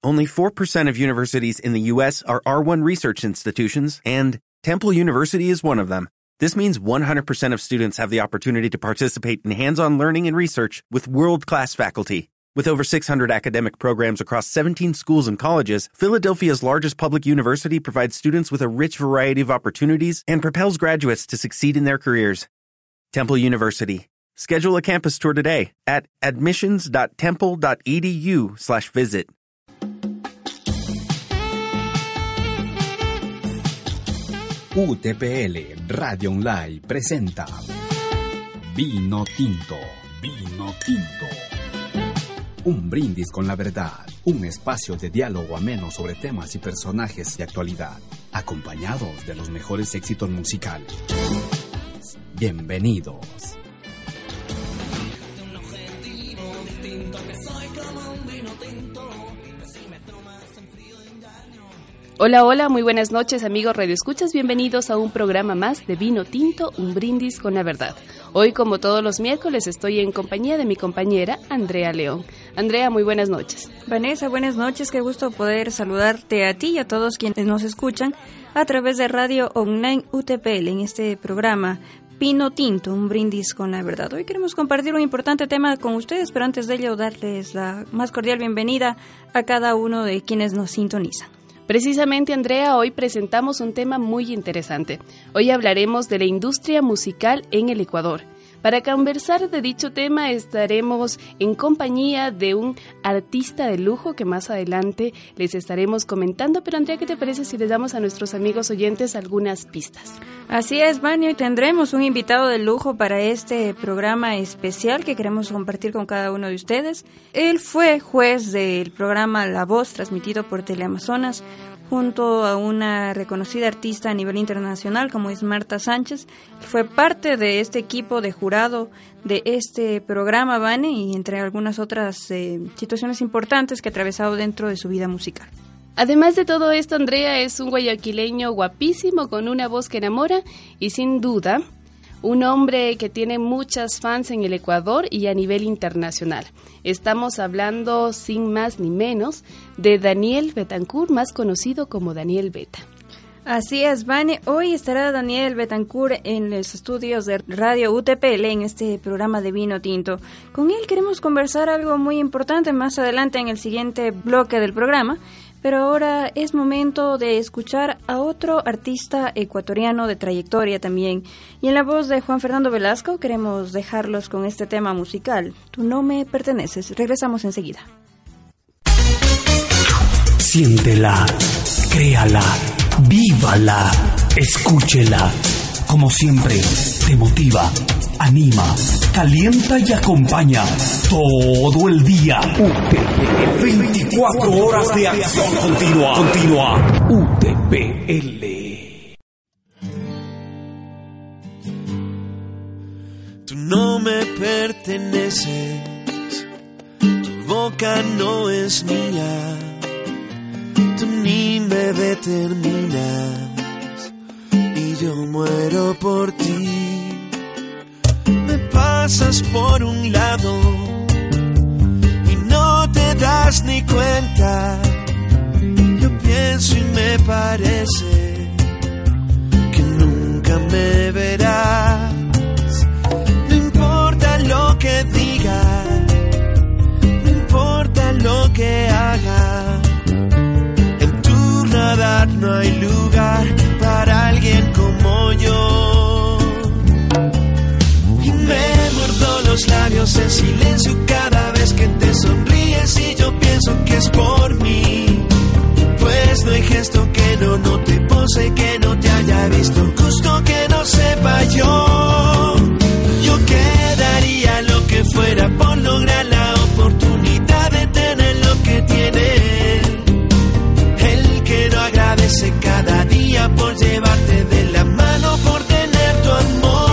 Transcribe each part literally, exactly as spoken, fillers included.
only four percent of universities in the U S are R one research institutions, and Temple University is one of them. This means one hundred percent of students have the opportunity to participate in hands-on learning and research with world-class faculty. With over six hundred academic programs across seventeen schools and colleges, Philadelphia's largest public university provides students with a rich variety of opportunities and propels graduates to succeed in their careers. Temple University. Schedule a campus tour today at admissions.temple.edu slash visit. U T P L Radio Online presenta Vino Tinto, Vino Tinto. Un brindis con la verdad, un espacio de diálogo ameno sobre temas y personajes de actualidad, acompañados de los mejores éxitos musicales. Bienvenidos. Hola, hola, muy buenas noches amigos radioescuchas, bienvenidos a un programa más de Vino Tinto, un brindis con la verdad. Hoy, como todos los miércoles, estoy en compañía de mi compañera Andrea León. Andrea, muy buenas noches. Vanessa, buenas noches, qué gusto poder saludarte a ti y a todos quienes nos escuchan a través de Radio Online U T P L en este programa Vino Tinto, un brindis con la verdad. Hoy queremos compartir un importante tema con ustedes, pero antes de ello darles la más cordial bienvenida a cada uno de quienes nos sintonizan. Precisamente, Andrea, hoy presentamos un tema muy interesante. Hoy hablaremos de la industria musical en el Ecuador. Para conversar de dicho tema estaremos en compañía de un artista de lujo que más adelante les estaremos comentando. Pero Andrea, ¿qué te parece si les damos a nuestros amigos oyentes algunas pistas? Así es, Vani, hoy tendremos un invitado de lujo para este programa especial que queremos compartir con cada uno de ustedes. Él fue juez del programa La Voz, transmitido por Teleamazonas, junto a una reconocida artista a nivel internacional como es Marta Sánchez. Fue parte de este equipo de jurado de este programa, Vane, y entre algunas otras eh, situaciones importantes que ha atravesado dentro de su vida musical. Además de todo esto, Andrea es un guayaquileño guapísimo con una voz que enamora y sin duda un hombre que tiene muchas fans en el Ecuador y a nivel internacional. Estamos hablando, sin más ni menos, de Daniel Betancourt, más conocido como Daniel Beta. Así es, Vane. Hoy estará Daniel Betancourt en los estudios de Radio U T P L en este programa de Vino Tinto. Con él queremos conversar algo muy importante más adelante en el siguiente bloque del programa. Pero ahora es momento de escuchar a otro artista ecuatoriano de trayectoria también. Y en la voz de Juan Fernando Velasco queremos dejarlos con este tema musical. Tú no me perteneces. Regresamos enseguida. Siéntela, créala, vívala, escúchela. Como siempre, te motiva, anima, calienta y acompaña todo el día. U T P L, veinticuatro horas de acción continua, continua. U T P L. Tú no me perteneces, tu boca no es mía, tú ni me determinas. Yo muero por ti. Me pasas por un lado y no te das ni cuenta. Yo pienso y me parece que nunca me verás. No importa lo que diga, no importa lo que haga, en tu radar no hay lugar para alguien como yo. Y me muerdo los labios en silencio cada vez que te sonríes y yo pienso que es por mí. Pues no hay gesto que no note, pose que no te haya visto, gusto que no sepa yo. Yo quedaría lo que fuera por lograr la oportunidad de tener lo que tiene él. El que no agradece cada día por llevarte de la mano, por tener tu amor.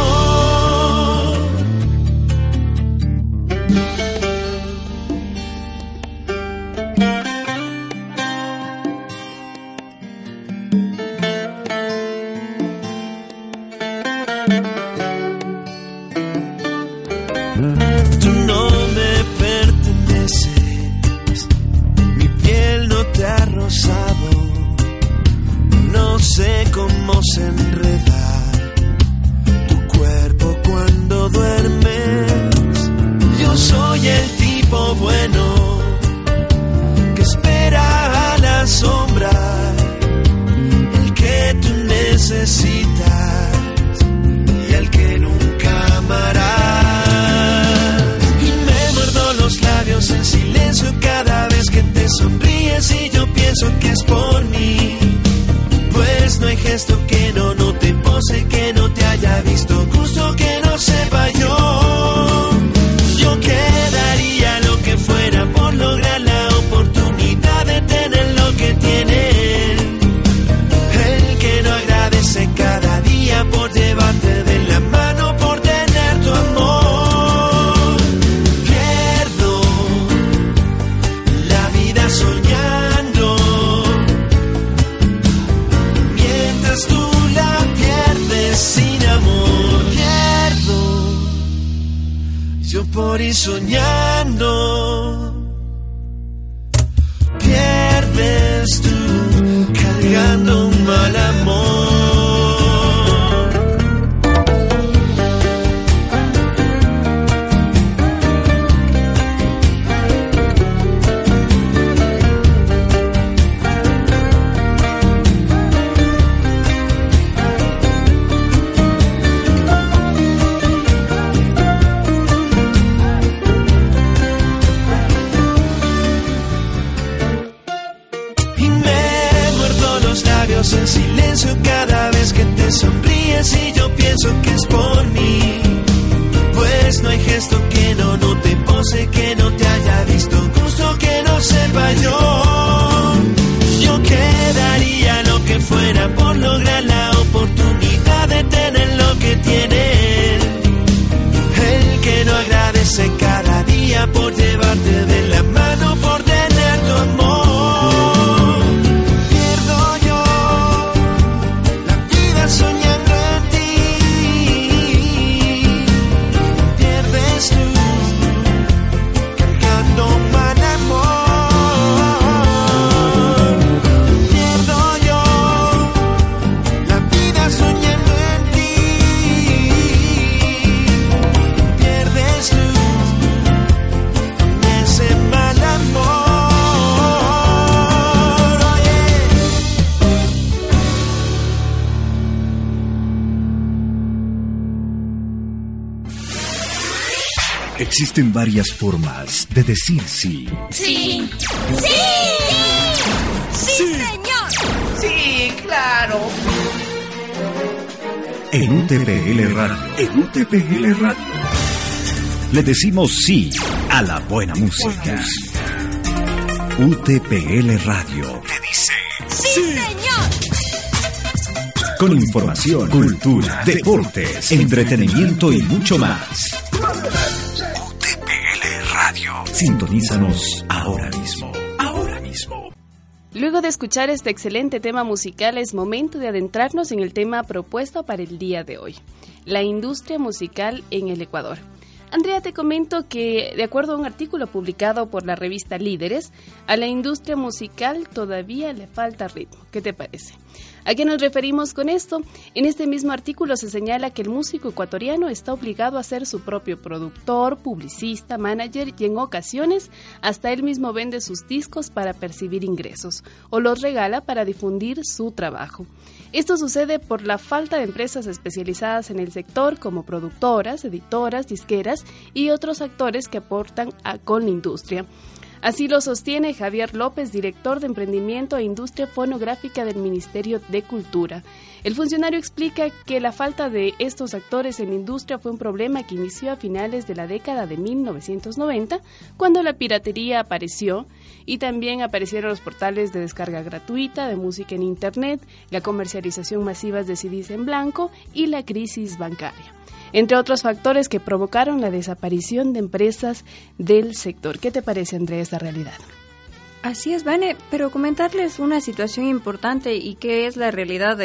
podemos enredar tu cuerpo cuando duermes. Yo soy el tipo bueno que espera a la sombra, el que tú necesitas y el que nunca amarás. Y me muerdo los labios en silencio cada vez que te sonríes y yo pienso que es por mí. Pues no hay gesto que no note, pose que no te haya visto, gusto que no sepa yo. Yo quedaría lo que fuera por lograr la oportunidad de tener lo que tiene. El que no agradece cada día por llevarte de la mano, por tener tu amor. Pierdo la vida soñando, mientras tú la pierdes sin amor. Pierdo yo por ir soñando, pierdes tú cargando un mal amor. En silencio cada vez que te sonríes y yo pienso que es por mí. Pues no hay gesto que no note, pose que no te haya visto, gusto que no sepa yo. Yo quedaría lo que fuera por lograr la oportunidad de tener lo que tiene. El que no agradece cada día por llevarte de la mano, por tener tu amor. Soñando en ti, pierdes tú cargando un mal amor. Pierdo yo la vida soñando en ti, pierdes tú con ese mal amor. Existen varias formas de decir sí. Sí. ¡Sí! ¡Sí, sí señor! ¡Sí, claro! En U T P L Radio, en U T P L Radio, le decimos sí a la buena música. U T P L Radio te dice ¡sí, señor! Con información, cultura, deportes, entretenimiento y mucho más. Sintonízanos ahora mismo, ahora mismo. Luego de escuchar este excelente tema musical, es momento de adentrarnos en el tema propuesto para el día de hoy, la industria musical en el Ecuador. Andrea, te comento que, de acuerdo a un artículo publicado por la revista Líderes, a la industria musical todavía le falta ritmo. ¿Qué te parece? ¿A qué nos referimos con esto? En este mismo artículo se señala que el músico ecuatoriano está obligado a ser su propio productor, publicista, manager y en ocasiones hasta él mismo vende sus discos para percibir ingresos o los regala para difundir su trabajo. Esto sucede por la falta de empresas especializadas en el sector como productoras, editoras, disqueras y otros actores que aportan a, con la industria. Así lo sostiene Javier López, director de Emprendimiento e Industria Fonográfica del Ministerio de Cultura. El funcionario explica que la falta de estos actores en la industria fue un problema que inició a finales de la década de mil novecientos noventa, cuando la piratería apareció y también aparecieron los portales de descarga gratuita de música en Internet, la comercialización masiva de C Ds en blanco y la crisis bancaria, entre otros factores que provocaron la desaparición de empresas del sector. ¿Qué te parece, Andrea, esta realidad? Así es, Vane, pero comentarles una situación importante y que es la realidad de,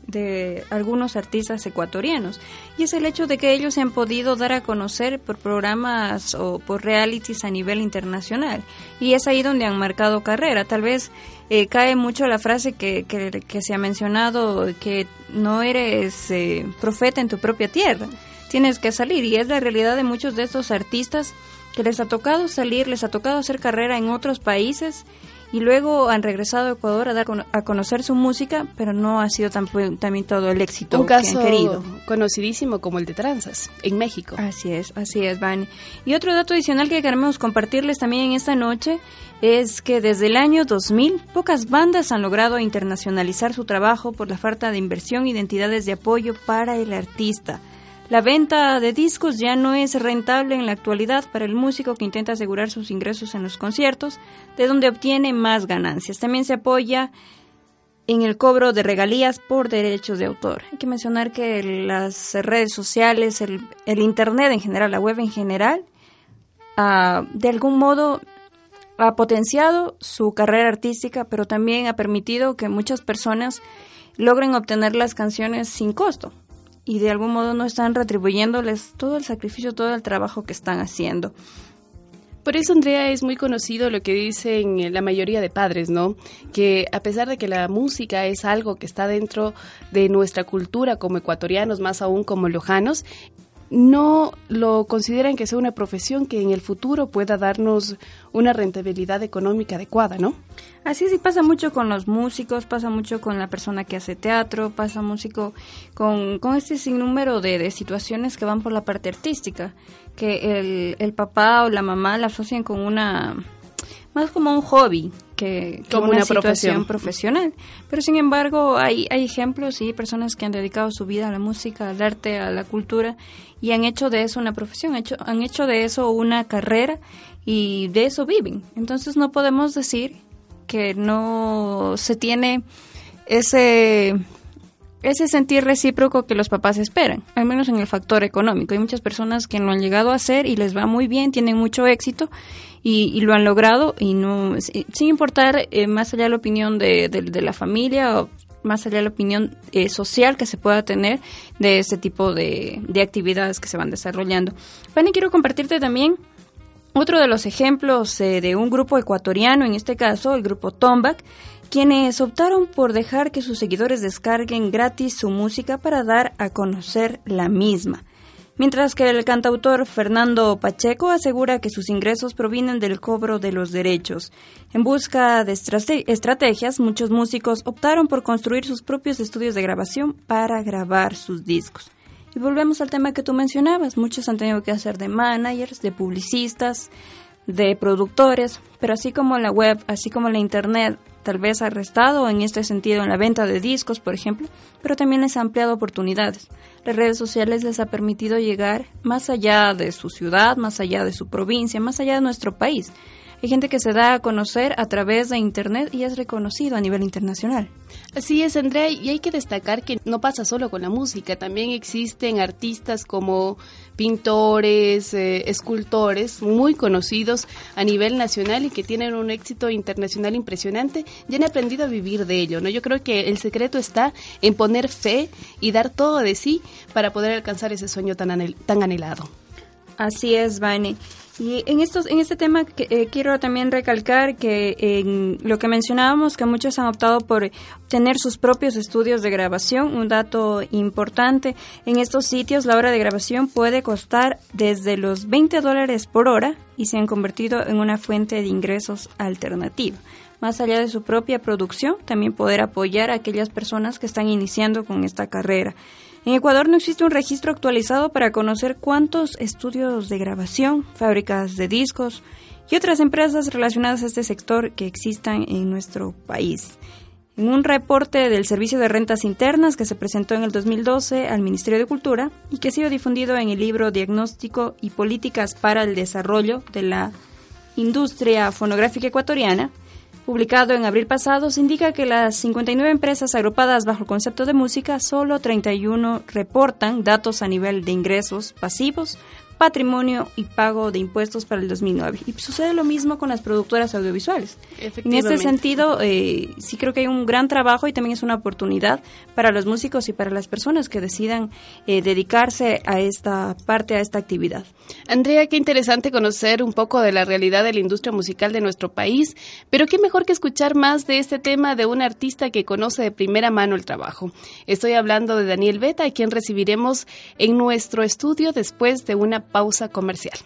de algunos artistas ecuatorianos, y es el hecho de que ellos se han podido dar a conocer por programas o por realities a nivel internacional, y es ahí donde han marcado carrera. Tal vez eh, cae mucho la frase que, que, que se ha mencionado, que no eres eh, profeta en tu propia tierra, tienes que salir, y es la realidad de muchos de estos artistas que les ha tocado salir, les ha tocado hacer carrera en otros países, y luego han regresado a Ecuador a dar a conocer su música, pero no ha sido tamp- también todo el éxito Un que han caso querido. conocidísimo como el de Tranzas, en México. Así es, así es, Vani. Y otro dato adicional que queremos compartirles también en esta noche es que desde el año dos mil, pocas bandas han logrado internacionalizar su trabajo por la falta de inversión y de entidades de apoyo para el artista. La venta de discos ya no es rentable en la actualidad para el músico que intenta asegurar sus ingresos en los conciertos, de donde obtiene más ganancias. También se apoya en el cobro de regalías por derechos de autor. Hay que mencionar que las redes sociales, el, el internet en general, la web en general, uh, de algún modo ha potenciado su carrera artística, pero también ha permitido que muchas personas logren obtener las canciones sin costo. Y de algún modo no están retribuyéndoles todo el sacrificio, todo el trabajo que están haciendo. Por eso, Andrea, es muy conocido lo que dicen la mayoría de padres, ¿no? Que a pesar de que la música es algo que está dentro de nuestra cultura como ecuatorianos, más aún como lojanos, no lo consideran que sea una profesión que en el futuro pueda darnos una rentabilidad económica adecuada, ¿no? Así sí pasa mucho con los músicos, pasa mucho con la persona que hace teatro, pasa mucho con, con este sinnúmero de, de situaciones que van por la parte artística, que el, el papá o la mamá la asocian con una, más como un hobby que, que como una, una situación profesión. profesional. Pero sin embargo hay, hay ejemplos y personas que han dedicado su vida a la música, al arte, a la cultura, y han hecho de eso una profesión, hecho, han hecho de eso una carrera y de eso viven. Entonces no podemos decir que no se tiene ese ese sentir recíproco que los papás esperan, al menos en el factor económico. Hay muchas personas que lo han llegado a hacer y les va muy bien, tienen mucho éxito y, y lo han logrado, y no sin importar eh, más allá de la opinión de, de, de la familia o más allá de la opinión eh, social que se pueda tener de este tipo de, de actividades que se van desarrollando. Fanny, quiero compartirte también otro de los ejemplos eh, de un grupo ecuatoriano, en este caso el grupo Tombac, quienes optaron por dejar que sus seguidores descarguen gratis su música para dar a conocer la misma. Mientras que el cantautor Fernando Pacheco asegura que sus ingresos provienen del cobro de los derechos. En busca de estrate- estrategias, muchos músicos optaron por construir sus propios estudios de grabación para grabar sus discos. Y volvemos al tema que tú mencionabas, muchos han tenido que hacer de managers, de publicistas, de productores, pero así como la web, así como la internet, tal vez ha restado en este sentido en la venta de discos, por ejemplo, pero también les ha ampliado oportunidades. Las redes sociales les ha permitido llegar más allá de su ciudad, más allá de su provincia, más allá de nuestro país. Hay gente que se da a conocer a través de internet y es reconocido a nivel internacional. Así es, Andrea, y hay que destacar que no pasa solo con la música, también existen artistas como pintores, eh, escultores muy conocidos a nivel nacional y que tienen un éxito internacional impresionante y han aprendido a vivir de ello, ¿no? Yo creo que el secreto está en poner fe y dar todo de sí para poder alcanzar ese sueño tan, anhel- tan anhelado. Así es, Vane. Y en estos, en este tema que, eh, quiero también recalcar que en lo que mencionábamos, que muchos han optado por tener sus propios estudios de grabación. Un dato importante, en estos sitios la hora de grabación puede costar desde los veinte dólares por hora y se han convertido en una fuente de ingresos alternativa. Más allá de su propia producción, también poder apoyar a aquellas personas que están iniciando con esta carrera. En Ecuador no existe un registro actualizado para conocer cuántos estudios de grabación, fábricas de discos y otras empresas relacionadas a este sector que existan en nuestro país. En un reporte del Servicio de Rentas Internas que se presentó en el dos mil doce al Ministerio de Cultura y que ha sido difundido en el libro Diagnóstico y Políticas para el Desarrollo de la Industria Fonográfica Ecuatoriana, publicado en abril pasado, se indica que las cincuenta y nueve empresas agrupadas bajo el concepto de música, solo treinta y uno reportan datos a nivel de ingresos pasivos patrimonio y pago de impuestos para el dos mil nueve. Y sucede lo mismo con las productoras audiovisuales. En este sentido, eh, sí creo que hay un gran trabajo y también es una oportunidad para los músicos y para las personas que decidan eh, dedicarse a esta parte, a esta actividad. Andrea, qué interesante conocer un poco de la realidad de la industria musical de nuestro país, pero qué mejor que escuchar más de este tema de un artista que conoce de primera mano el trabajo. Estoy hablando de Daniel Beta, a quien recibiremos en nuestro estudio después de una pausa comercial.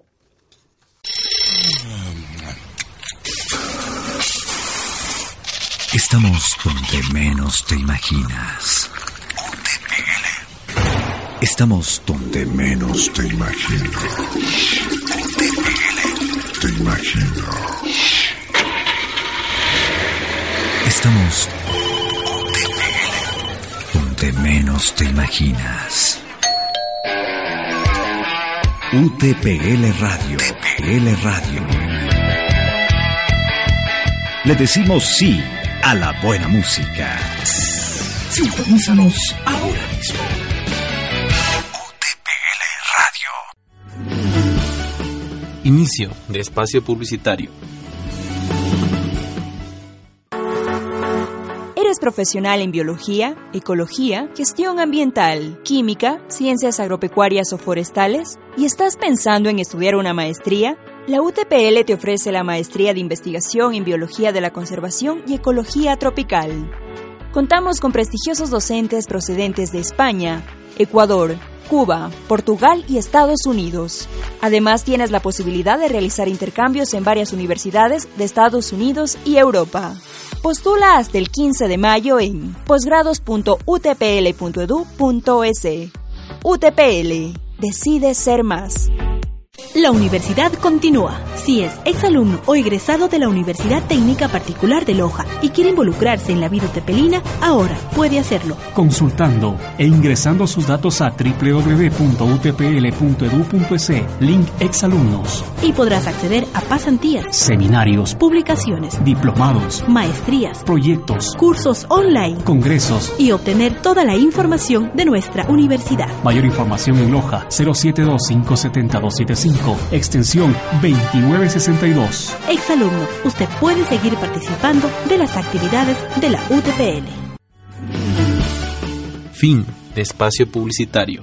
Estamos donde menos te imaginas. Estamos donde menos te imaginas. Te imaginas. Estamos donde menos te imaginas. U T P L Radio. U T P L Radio. Le decimos sí a la buena música. Sintonízanos ahora mismo. U T P L Radio. Inicio de espacio publicitario. ¿Eres profesional en biología, ecología, gestión ambiental, química, ciencias agropecuarias o forestales? ¿Y estás pensando en estudiar una maestría? La U T P L te ofrece la Maestría de Investigación en Biología de la Conservación y Ecología Tropical. Contamos con prestigiosos docentes procedentes de España, Ecuador, Cuba, Portugal y Estados Unidos. Además, tienes la posibilidad de realizar intercambios en varias universidades de Estados Unidos y Europa. Postula hasta el quince de mayo en posgrados punto u t p l punto e d u punto e s. U T P L. Decide ser más. La universidad continúa. Si es exalumno o egresado de la Universidad Técnica Particular de Loja y quiere involucrarse en la vida utepelina, ahora puede hacerlo. Consultando e ingresando sus datos a doble u doble u doble u punto u t p l punto e d u punto e s, link exalumnos. Y podrás acceder a pasantías, seminarios, publicaciones, diplomados, maestrías, proyectos, cursos online, congresos y obtener toda la información de nuestra universidad. Mayor información en Loja cero siete dos cinco siete dos siete cinco, extensión veintinueve sesenta y dos. Exalumno, usted puede seguir participando de las actividades de la U T P L. Fin de espacio publicitario.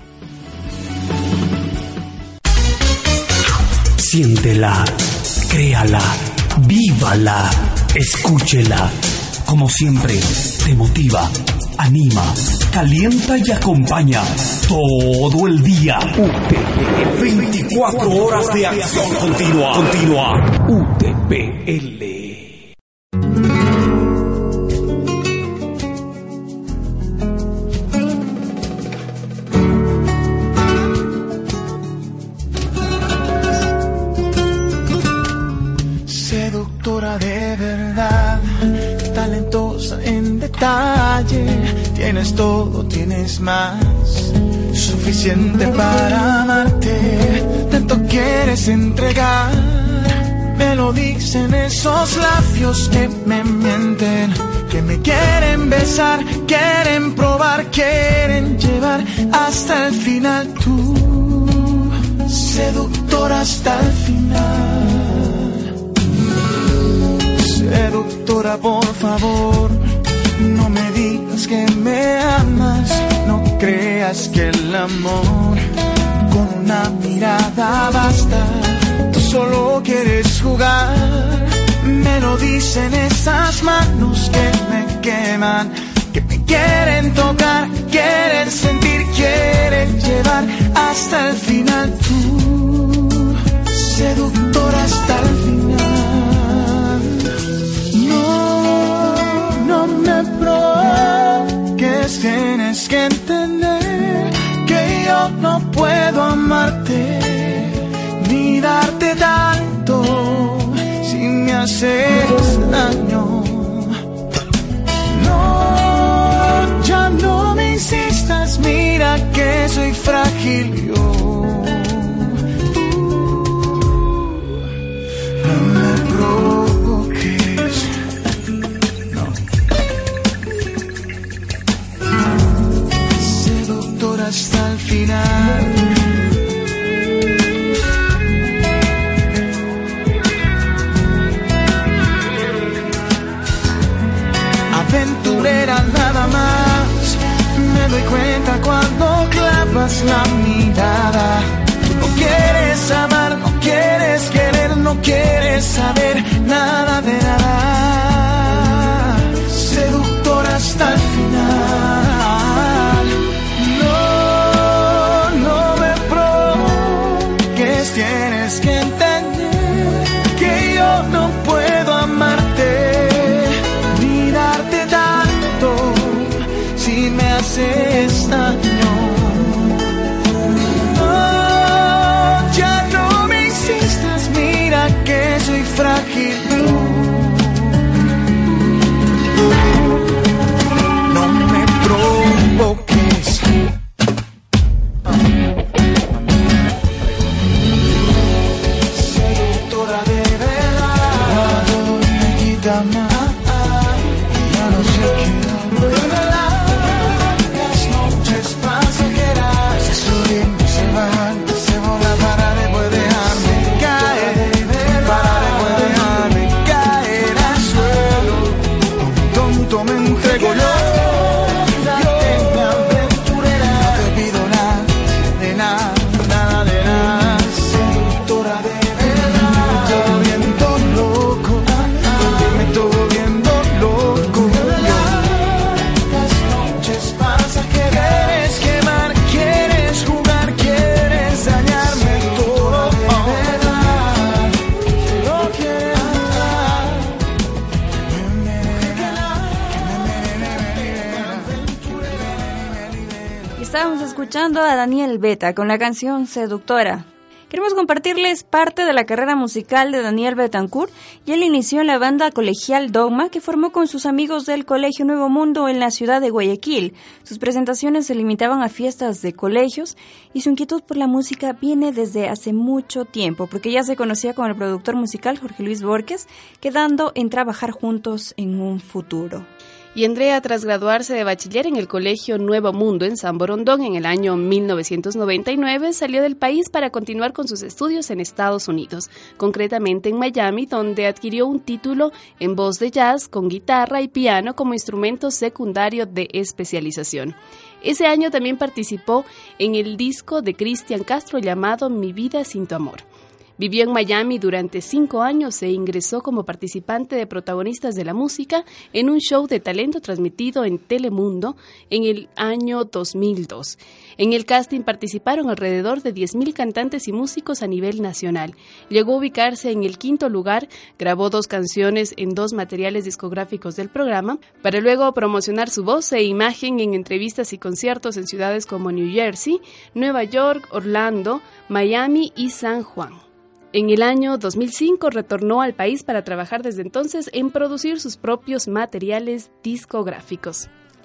Siéntela, créala, vívala, escúchela. Como siempre, te motiva, anima, calienta y acompaña todo el día. U T P L, veinticuatro horas de acción continua, continua. U T P L. Seductora de verdad, talentosa en detalle, tienes todo, tienes más, suficiente para amarte, tanto quieres entregar, me lo dicen esos labios que me mienten, que me quieren besar, quieren probar, quieren llevar hasta el final, tú, seductora hasta el final. Seductora, por favor, no me digas que me amas, no creas que el amor con una mirada basta, tú solo quieres jugar, me lo dicen esas manos que me queman, que me quieren tocar, quieren sentir, quieren llevar hasta el final, tú, seductora hasta el final. No me provoques, tienes que entender que yo no puedo amarte ni darte tanto si me haces daño. No, ya no me insistas, mira que soy frágil yo. No me provoques. Hasta el final. aventurera nada más. Me doy cuenta cuando clavas la mirada. No quieres amar, no quieres querer, no quieres saber nada de nada. Seductora hasta el final. No, no me provoques, tienes que entender que yo no puedo amarte ni darte tanto si me haces daño. Que soy frágil, no me provoques. Seductora de verdad, me quita más, ya no sé qué. Las noches pasajeras se suben, se van, se volan para después dejarme caer. Me entrego yo, date mi aventurera. No te pido nada, de nada, nada de nada. Seductora de verdad. Me estoy volviendo loco, me estoy volviendo loco. Las noches pasan, quieres quemar, quieres jugar, quieres dañarme todo. De verdad, lo quieres dar. Estábamos escuchando a Daniel Beta con la canción Seductora. Queremos compartirles parte de la carrera musical de Daniel Betancourt, y él inició en la banda colegial Dogma, que formó con sus amigos del Colegio Nuevo Mundo en la ciudad de Guayaquil. Sus presentaciones se limitaban a fiestas de colegios y su inquietud por la música viene desde hace mucho tiempo, porque ya se conocía con el productor musical Jorge Luis Borges, quedando en trabajar juntos en un futuro. Y Andrea, tras graduarse de bachiller en el Colegio Nuevo Mundo en San Borondón en el año mil novecientos noventa y nueve, salió del país para continuar con sus estudios en Estados Unidos, concretamente en Miami, donde adquirió un título en voz de jazz con guitarra y piano como instrumento secundario de especialización. Ese año también participó en el disco de Cristian Castro llamado Mi Vida Sin Tu Amor. Vivió en Miami durante cinco años e ingresó como participante de Protagonistas de la Música en un show de talento transmitido en Telemundo en el año dos mil dos. En el casting participaron alrededor de diez mil cantantes y músicos a nivel nacional. Llegó a ubicarse en el quinto lugar, grabó dos canciones en dos materiales discográficos del programa, para luego promocionar su voz e imagen en entrevistas y conciertos en ciudades como New Jersey, Nueva York, Orlando, Miami y San Juan. En el año dos mil cinco retornó al país para trabajar desde entonces en producir sus propios materiales discográficos.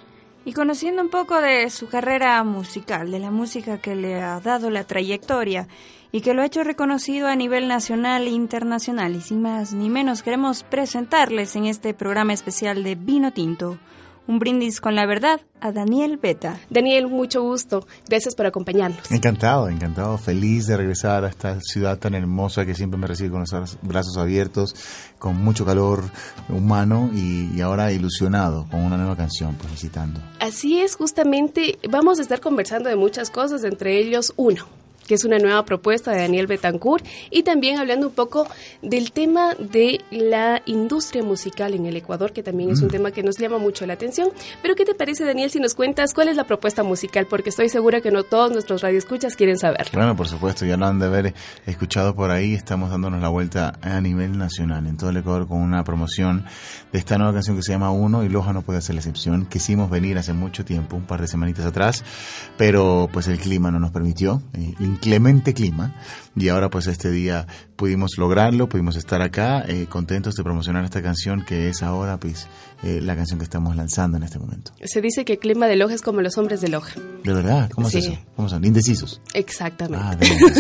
Y conociendo un poco de su carrera musical, de la música que le ha dado la trayectoria y que lo ha hecho reconocido a nivel nacional e internacional, y sin más ni menos queremos presentarles en este programa especial de Vino Tinto, un brindis con la verdad, a Daniel Beta. Daniel, mucho gusto. Gracias por acompañarnos. Encantado, encantado. Feliz de regresar a esta ciudad tan hermosa que siempre me recibe con los brazos abiertos, con mucho calor humano y, y ahora ilusionado con una nueva canción, pues visitando. Así es, justamente vamos a estar conversando de muchas cosas, entre ellos uno, que es una nueva propuesta de Daniel Betancourt, y también hablando un poco del tema de la industria musical en el Ecuador, que también mm. es un tema que nos llama mucho la atención. Pero ¿qué te parece, Daniel, si nos cuentas cuál es la propuesta musical? Porque estoy segura que no todos nuestros radioescuchas quieren saberlo. Bueno, por supuesto, ya lo han de haber escuchado por ahí. Estamos dándonos la vuelta a nivel nacional, en todo el Ecuador, con una promoción de esta nueva canción que se llama Uno, y Loja no puede ser la excepción. Quisimos venir hace mucho tiempo, un par de semanitas atrás, pero pues el clima no nos permitió, eh, inclemente clima, y ahora pues este día pudimos lograrlo, pudimos estar acá, eh, contentos de promocionar esta canción, que es ahora pues eh, la canción que estamos lanzando en este momento. Se dice que el clima de Loja es como los hombres de Loja. ¿De verdad? ¿Cómo sí. es eso? ¿Cómo son? ¿Indecisos? Exactamente. Ah,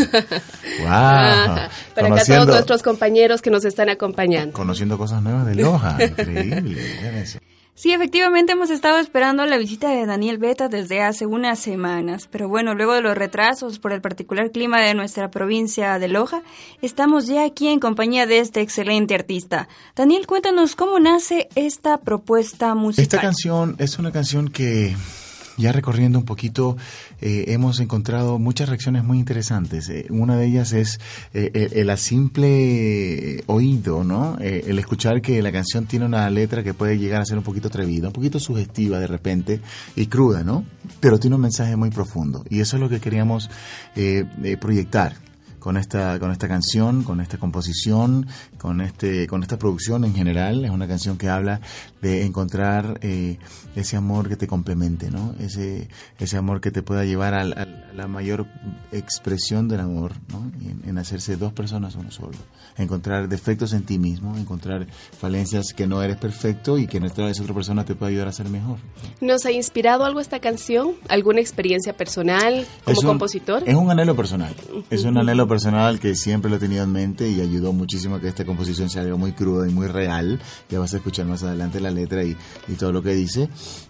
wow. Ajá. Para acá todos nuestros compañeros que nos están acompañando. Conociendo cosas nuevas de Loja. Increíble. Sí, efectivamente hemos estado esperando la visita de Daniel Beta desde hace unas semanas, pero bueno, luego de los retrasos por el particular particular clima de nuestra provincia de Loja, estamos ya aquí en compañía de este excelente artista. Daniel, cuéntanos cómo nace esta propuesta musical. Esta canción es una canción que, ya recorriendo un poquito, eh, hemos encontrado muchas reacciones muy interesantes. Eh, una de ellas es eh, el, el simple oído, ¿no? Eh, el escuchar que la canción tiene una letra que puede llegar a ser un poquito atrevida, un poquito sugestiva de repente y cruda, ¿no? Pero tiene un mensaje muy profundo y eso es lo que queríamos eh, eh, proyectar con esta con esta canción, con esta composición, con este con esta producción en general. Es una canción que habla de encontrar eh, ese amor que te complemente, ¿no? Ese ese amor que te pueda llevar a, a, a la mayor expresión del amor, ¿no? En, en hacerse dos personas uno solo. Encontrar defectos en ti mismo, encontrar falencias que no eres perfecto y que esa otra persona te puede ayudar a ser mejor. ¿Nos ha inspirado algo esta canción? ¿Alguna experiencia personal como es un, compositor? Es un anhelo personal. Es un anhelo personal que siempre lo he tenido en mente y ayudó muchísimo a que esta composición sea algo muy cruda y muy real. Ya vas a escuchar más adelante la letra y, y todo lo que dice.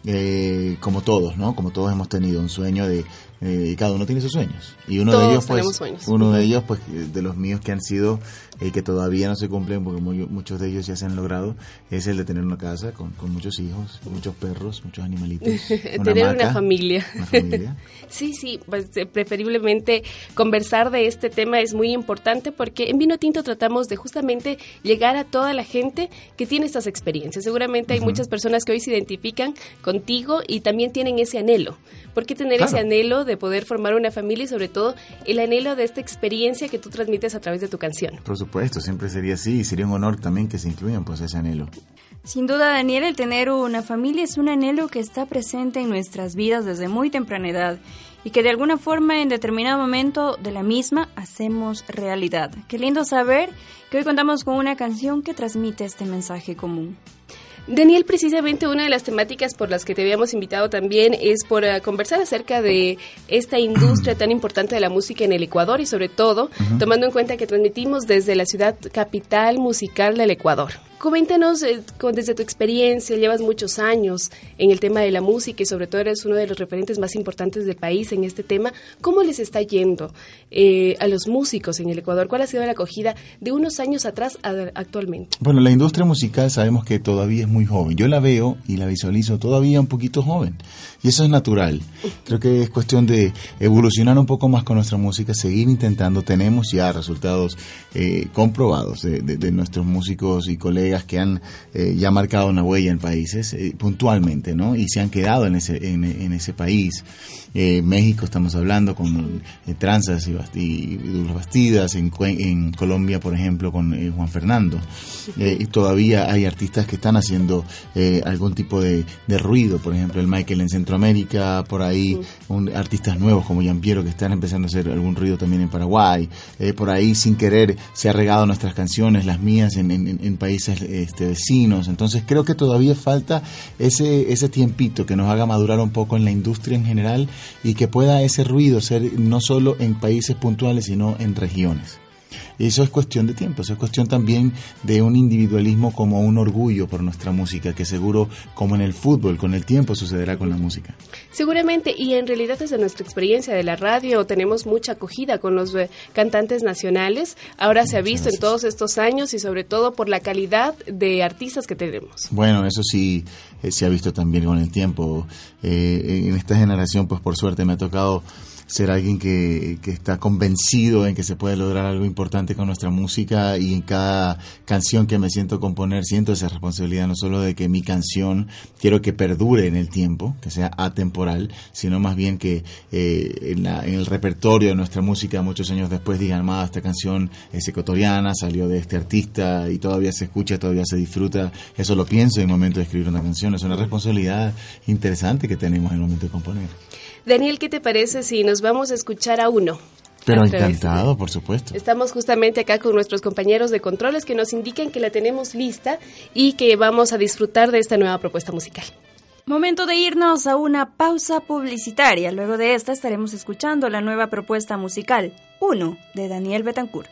Eh, como todos, ¿no? Como todos hemos tenido un sueño de... Eh, y cada uno tiene sus sueños y uno Todos de ellos pues tenemos sueños. uno de ellos pues de los míos que han sido y eh, que todavía no se cumplen porque muy, muchos de ellos ya se han logrado es el de tener una casa con, con muchos hijos, muchos perros, muchos animalitos, una tener maca, una familia, una familia. Sí, sí, pues preferiblemente conversar de este tema es muy importante porque en Vino Tinto tratamos de justamente llegar a toda la gente que tiene estas experiencias. Seguramente hay uh-huh. muchas personas que hoy se identifican contigo y también tienen ese anhelo. ¿Por qué tener claro. ese anhelo de poder formar una familia y sobre todo el anhelo de esta experiencia que tú transmites a través de tu canción? Por supuesto, siempre sería así y sería un honor también que se incluyan pues ese anhelo. Sin duda, Daniel, el tener una familia es un anhelo que está presente en nuestras vidas desde muy temprana edad y que de alguna forma en determinado momento de la misma hacemos realidad. Qué lindo saber que hoy contamos con una canción que transmite este mensaje común. Daniel, precisamente una de las temáticas por las que te habíamos invitado también es por uh, conversar acerca de esta industria tan importante de la música en el Ecuador y sobre todo uh-huh. tomando en cuenta que transmitimos desde la ciudad capital musical del Ecuador. Coméntanos, eh, con, desde tu experiencia, llevas muchos años en el tema de la música y sobre todo eres uno de los referentes más importantes del país en este tema. ¿Cómo les está yendo eh, a los músicos en el Ecuador? ¿Cuál ha sido la acogida de unos años atrás a, actualmente? Bueno, la industria musical sabemos que todavía es muy joven. Yo la veo y la visualizo todavía un poquito joven. Y eso es natural. Creo que es cuestión de evolucionar un poco más con nuestra música, seguir intentando. Tenemos ya resultados eh, comprobados de, de, de nuestros músicos y colegas que han eh, ya marcado una huella en países eh, puntualmente, ¿no? Y se han quedado en ese en, en ese país. Eh, México estamos hablando con eh, Tranzas y, Basti, y Douglas Bastidas, en, en Colombia, por ejemplo, con eh, Juan Fernando. Eh, y todavía hay artistas que están haciendo eh, algún tipo de, de ruido, por ejemplo, el Michael en Centroamérica, por ahí un, artistas nuevos como Giampiero que están empezando a hacer algún ruido también en Paraguay. Eh, por ahí, sin querer, se ha regado nuestras canciones, las mías, en, en, en países este, vecinos. Entonces creo que todavía falta ese ese tiempito que nos haga madurar un poco en la industria en general y que pueda ese ruido ser no solo en países puntuales sino en regiones. Y eso es cuestión de tiempo, eso es cuestión también de un individualismo como un orgullo por nuestra música, que seguro, como en el fútbol, con el tiempo sucederá con la música. Seguramente, y en realidad desde nuestra experiencia de la radio tenemos mucha acogida con los eh, cantantes nacionales. Ahora Muchas se ha visto gracias. En todos estos años y sobre todo por la calidad de artistas que tenemos. Bueno, eso sí eh, se ha visto también con el tiempo. Eh, en esta generación, pues por suerte me ha tocado ser alguien que, que está convencido en que se puede lograr algo importante con nuestra música, y en cada canción que me siento componer siento esa responsabilidad, no solo de que mi canción quiero que perdure en el tiempo, que sea atemporal, sino más bien que eh, en, la, en el repertorio de nuestra música muchos años después digan, más esta canción es ecuatoriana, salió de este artista y todavía se escucha, todavía se disfruta. Eso lo pienso en el momento de escribir una canción. Es una responsabilidad interesante que tenemos en el momento de componer. Daniel, ¿qué te parece si nos vamos a escuchar a uno? Pero encantado, por supuesto. Estamos justamente acá con nuestros compañeros de controles que nos indican que la tenemos lista y que vamos a disfrutar de esta nueva propuesta musical. Momento de irnos a una pausa publicitaria. Luego de esta estaremos escuchando la nueva propuesta musical, Uno, de Daniel Betancourt.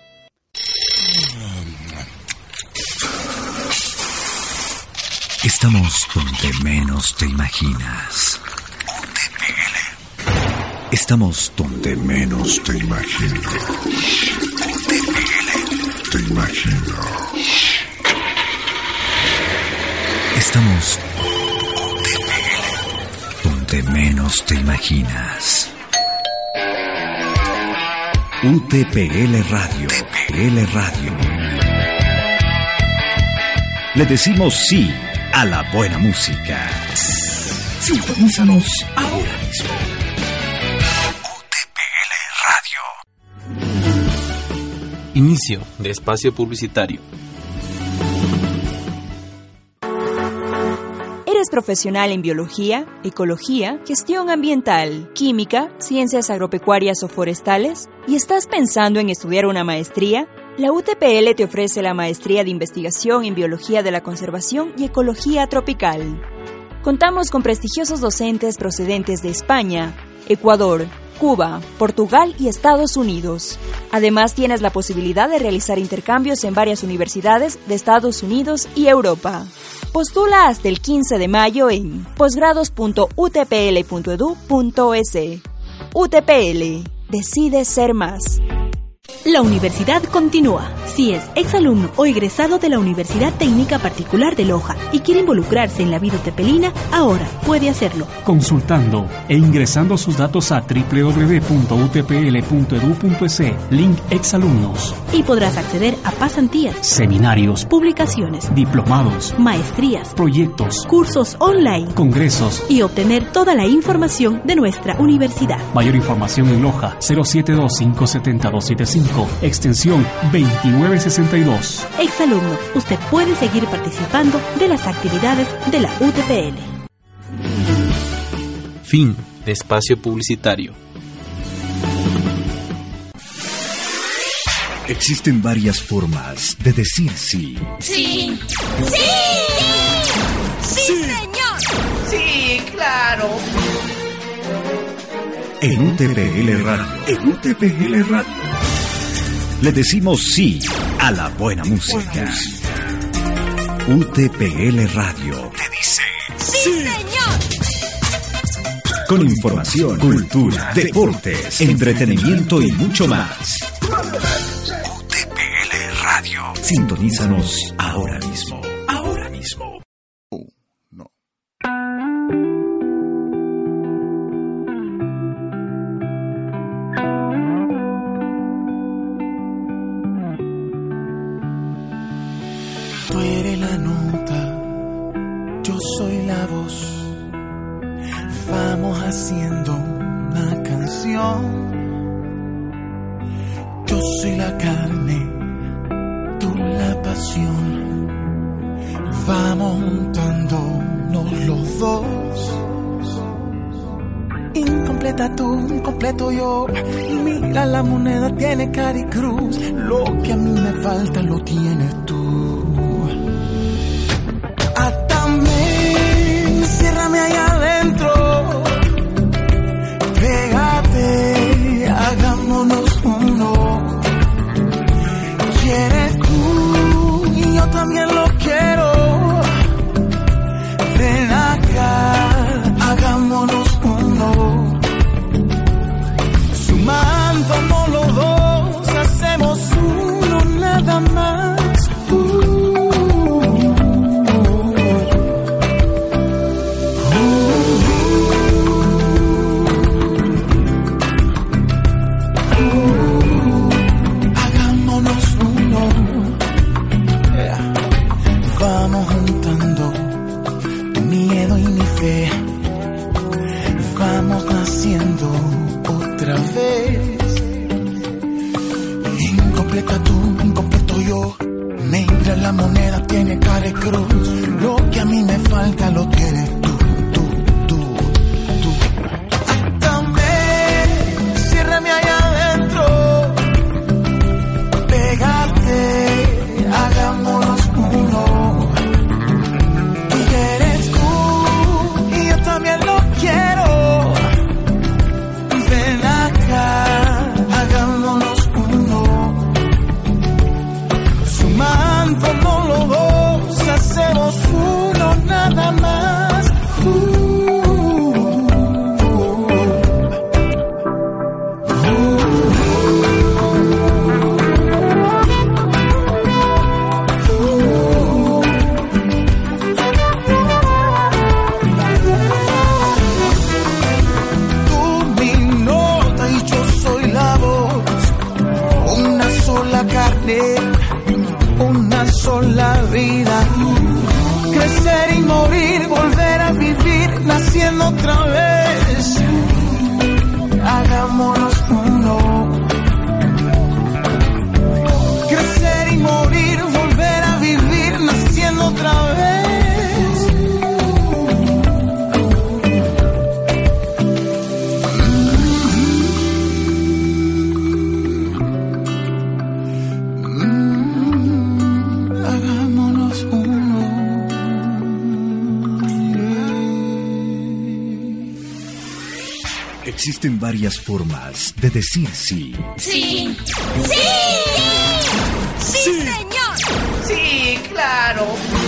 Estamos donde menos te imaginas. Estamos donde menos te imaginas. U T P L te imagina. Estamos U T P L donde menos te imaginas. U T P L Radio. U T P L Radio. Le decimos sí a la buena música. Sintonízanos ahora mismo. U T P L Radio. Inicio de espacio publicitario. ¿Eres profesional en biología, ecología, gestión ambiental, química, ciencias agropecuarias o forestales? ¿Y estás pensando en estudiar una maestría? La U T P L te ofrece la Maestría de Investigación en Biología de la Conservación y Ecología Tropical. Contamos con prestigiosos docentes procedentes de España, Ecuador, Cuba, Portugal y Estados Unidos. Además, tienes la posibilidad de realizar intercambios en varias universidades de Estados Unidos y Europa. Postula hasta el quince de mayo en posgrados punto u t p l punto e d u punto es. U T P L. Decide ser más. La universidad continúa. Si es exalumno o egresado de la Universidad Técnica Particular de Loja y quiere involucrarse en la vida utepelina, ahora puede hacerlo. Consultando e ingresando sus datos a doble u doble u doble u punto u t p l punto e d u punto es, link exalumnos. Y podrás acceder a pasantías, seminarios, publicaciones, diplomados, maestrías, proyectos, cursos online, congresos y obtener toda la información de nuestra universidad. Mayor información en Loja cero siete dos cinco siete dos siete cinco, extensión veintinueve sesenta y dos. Exalumno, usted puede seguir participando de las actividades de la U T P L. Fin de espacio publicitario. Existen varias formas de decir sí. Sí. Sí. Sí, sí señor. Sí, claro. En U T P L Radio. En U T P L Radio. Le decimos sí a la buena música. U T P L Radio te dice sí, señor. Con información, cultura, deportes, entretenimiento y mucho más. U T P L Radio. Sintonízanos ahora mismo. Ahora mismo. Uh, no. Tú eres la nota, yo soy la voz. Vamos haciendo una canción. Yo soy la carne, tú la pasión. Vamos juntándonos los dos. Incompleta tú, incompleto yo. Mira, la moneda tiene cara y cruz. Lo que a mí me falta lo tienes tú. Atame, ciérrame ahí adentro. Pégate, hagámonos uno. Quieres tú y yo también lo quiero. Ven acá, hagámonos uno. Sumándonos los dos, hacemos uno nada más. Uh. Vamos naciendo otra vez. Incompleta tú, incompleto yo. Mira, la moneda tiene cara y cruz. Lo que a mí me falta lo tienes tú, tú, tú, tú. Atame, ciérrame allá adentro. Pégate, hagámonos uno. Tú quieres tú y yo también lo quiero. Ven acá, hagámonos uno. Sumándonos los dos, hacemos uno nada más. Existen varias formas de decir sí. Sí. Sí. Sí, sí señor. Sí, claro.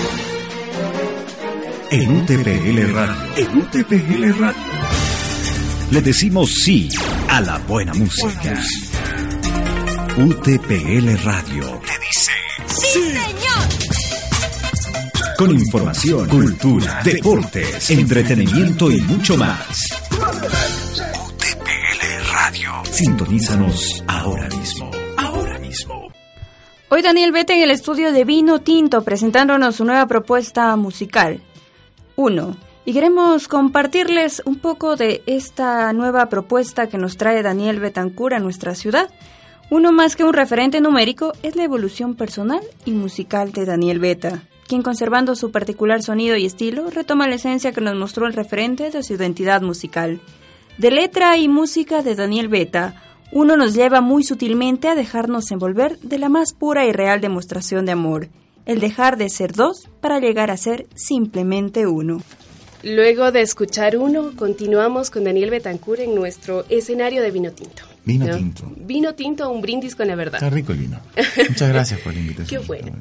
En U T P L Radio, en U T P L Radio, le decimos sí a la buena música. U T P L Radio te dice sí, señor. Con información, cultura, deportes, entretenimiento y mucho más. U T P L Radio. Sintonízanos ahora mismo. Ahora mismo. Hoy Daniel Beta en el estudio de Vino Tinto presentándonos su nueva propuesta musical. Uno. Y queremos compartirles un poco de esta nueva propuesta que nos trae Daniel Betancur a nuestra ciudad. Uno más que un referente numérico es la evolución personal y musical de Daniel Beta, quien conservando su particular sonido y estilo retoma la esencia que nos mostró el referente de su identidad musical. De letra y música de Daniel Beta, uno nos lleva muy sutilmente a dejarnos envolver de la más pura y real demostración de amor, el dejar de ser dos para llegar a ser simplemente uno. Luego de escuchar Uno, continuamos con Daniel Betancur en nuestro escenario de Vino Tinto. Vino ¿no? tinto. Vino tinto, un brindis con la verdad. Está rico el vino. Muchas gracias por la invitación. Qué bueno.